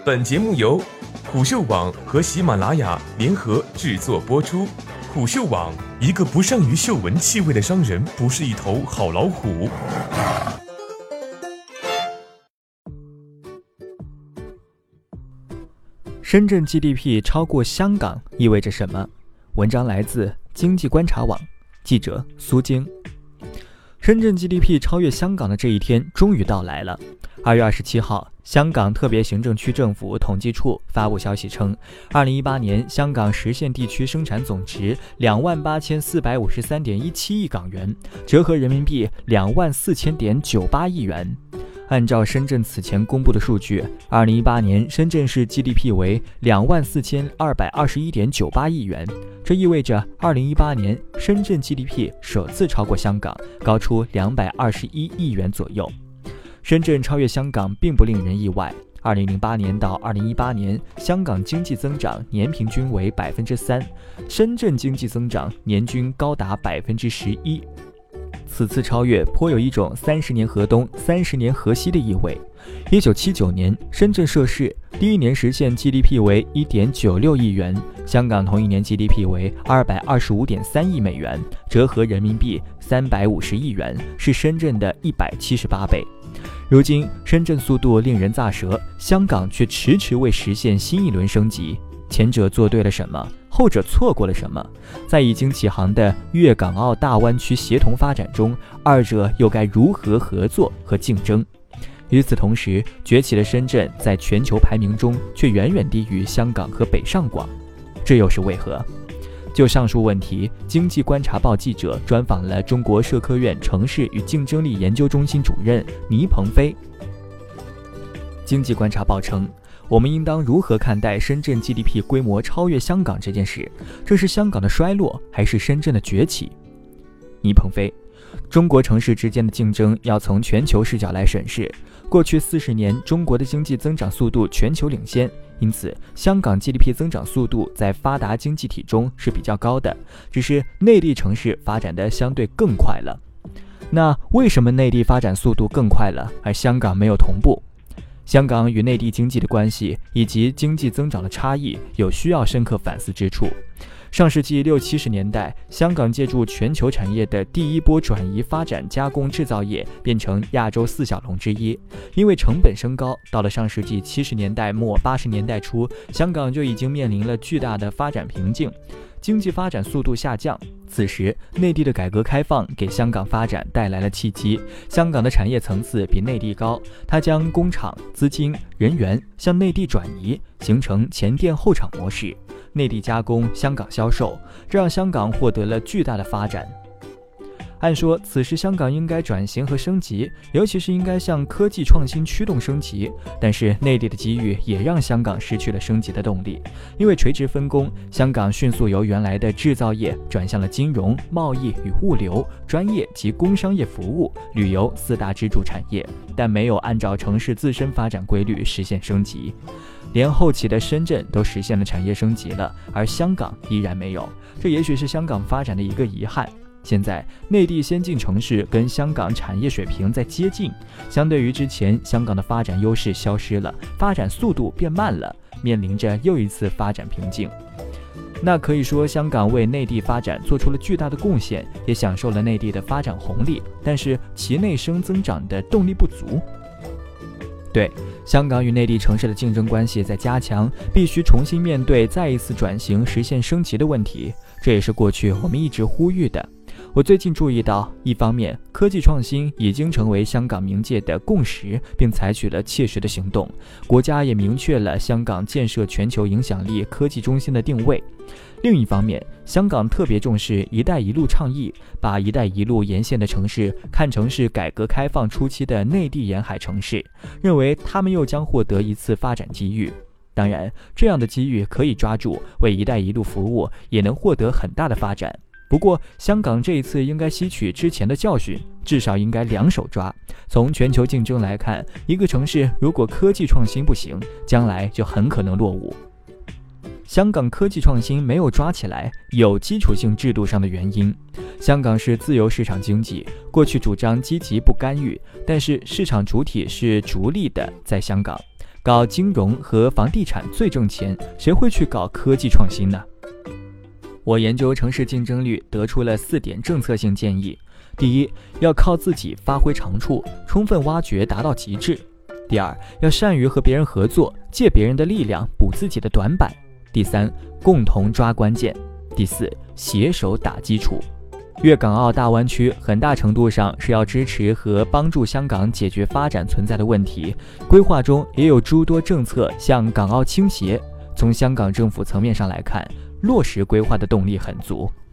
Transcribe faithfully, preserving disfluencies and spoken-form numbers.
本节目由虎嗅网和喜马拉雅联合制作播出。虎嗅网：一个不善于嗅闻气味的商人不是一头好老虎。 深圳 G D P 超过香港意味着什么？文章来自经济观察网，记者苏晶。深圳 G D P 超越香港的这一天终于到来了。二月二十七号，香港特别行政区政府统计处发布消息称，二零一八年香港实现地区生产总值两万八千四百五十三点一七亿港元，折合人民币两万四千点九八亿元。按照深圳此前公布的数据，二零一八年深圳市 G D P 为两万四千二百二十一点九八亿元，这意味着二零一八年深圳 G D P 首次超过香港，高出两百二十一亿元左右。深圳超越香港并不令人意外。二零零八年到二零一八年，香港经济增长年平均为百分之三，深圳经济增长年均高达百分之十一。此次超越颇有一种三十年河东三十年河西的意味。一九七九年深圳设市，第一年实现 G D P 为 一点九六亿元，香港同一年 G D P 为二百二十五点三亿美元，折合人民币三百五十亿元，是深圳的一百七十八倍。如今深圳速度令人咋舌，香港却迟迟未实现新一轮升级，前者做对了什么？后者错过了什么？在已经起航的粤港澳大湾区协同发展中，二者又该如何合作和竞争？与此同时，崛起的深圳在全球排名中却远远低于香港和北上广，这又是为何？就上述问题，经济观察报记者专访了中国社科院城市与竞争力研究中心主任倪鹏飞。经济观察报称，我们应当如何看待深圳 G D P 规模超越香港这件事？这是香港的衰落，还是深圳的崛起？倪鹏飞，中国城市之间的竞争要从全球视角来审视。过去四十年，中国的经济增长速度全球领先，因此香港 G D P 增长速度在发达经济体中是比较高的，只是内地城市发展的相对更快了。那为什么内地发展速度更快了，而香港没有同步？香港与内地经济的关系以及经济增长的差异有需要深刻反思之处。上世纪六七十年代，香港借助全球产业的第一波转移发展加工制造业，变成亚洲四小龙之一。因为成本升高，到了上世纪七十年代末八十年代初，香港就已经面临了巨大的发展瓶颈，经济发展速度下降。此时内地的改革开放给香港发展带来了契机，香港的产业层次比内地高，它将工厂、资金、人员向内地转移，形成前店后厂模式，内地加工，香港销售，这让香港获得了巨大的发展。按说此时香港应该转型和升级，尤其是应该向科技创新驱动升级，但是内地的机遇也让香港失去了升级的动力。因为垂直分工，香港迅速由原来的制造业转向了金融、贸易与物流、专业及工商业服务、旅游四大支柱产业，但没有按照城市自身发展规律实现升级。连后起的深圳都实现了产业升级了，而香港依然没有，这也许是香港发展的一个遗憾。现在内地先进城市跟香港产业水平在接近，相对于之前，香港的发展优势消失了，发展速度变慢了，面临着又一次发展瓶颈。那可以说香港为内地发展做出了巨大的贡献，也享受了内地的发展红利，但是其内生增长的动力不足。对，香港与内地城市的竞争关系在加强，必须重新面对再一次转型实现升级的问题，这也是过去我们一直呼吁的。我最近注意到，一方面科技创新已经成为香港冥界的共识，并采取了切实的行动，国家也明确了香港建设全球影响力科技中心的定位。另一方面，香港特别重视一带一路倡议，把一带一路沿线的城市看成是改革开放初期的内地沿海城市，认为他们又将获得一次发展机遇。当然，这样的机遇可以抓住，为一带一路服务，也能获得很大的发展。不过香港这一次应该吸取之前的教训，至少应该两手抓。从全球竞争来看，一个城市如果科技创新不行，将来就很可能落伍。香港科技创新没有抓起来，有基础性制度上的原因。香港是自由市场经济，过去主张积极不干预，但是市场主体是逐利的，在香港搞金融和房地产最挣钱，谁会去搞科技创新呢？我研究城市竞争力得出了四点政策性建议。第一，要靠自己发挥长处，充分挖掘达到极致。第二，要善于和别人合作，借别人的力量补自己的短板。第三，共同抓关键。第四，携手打基础。粤港澳大湾区很大程度上是要支持和帮助香港解决发展存在的问题，规划中也有诸多政策向港澳倾斜。从香港政府层面上来看，落实规划的动力很足。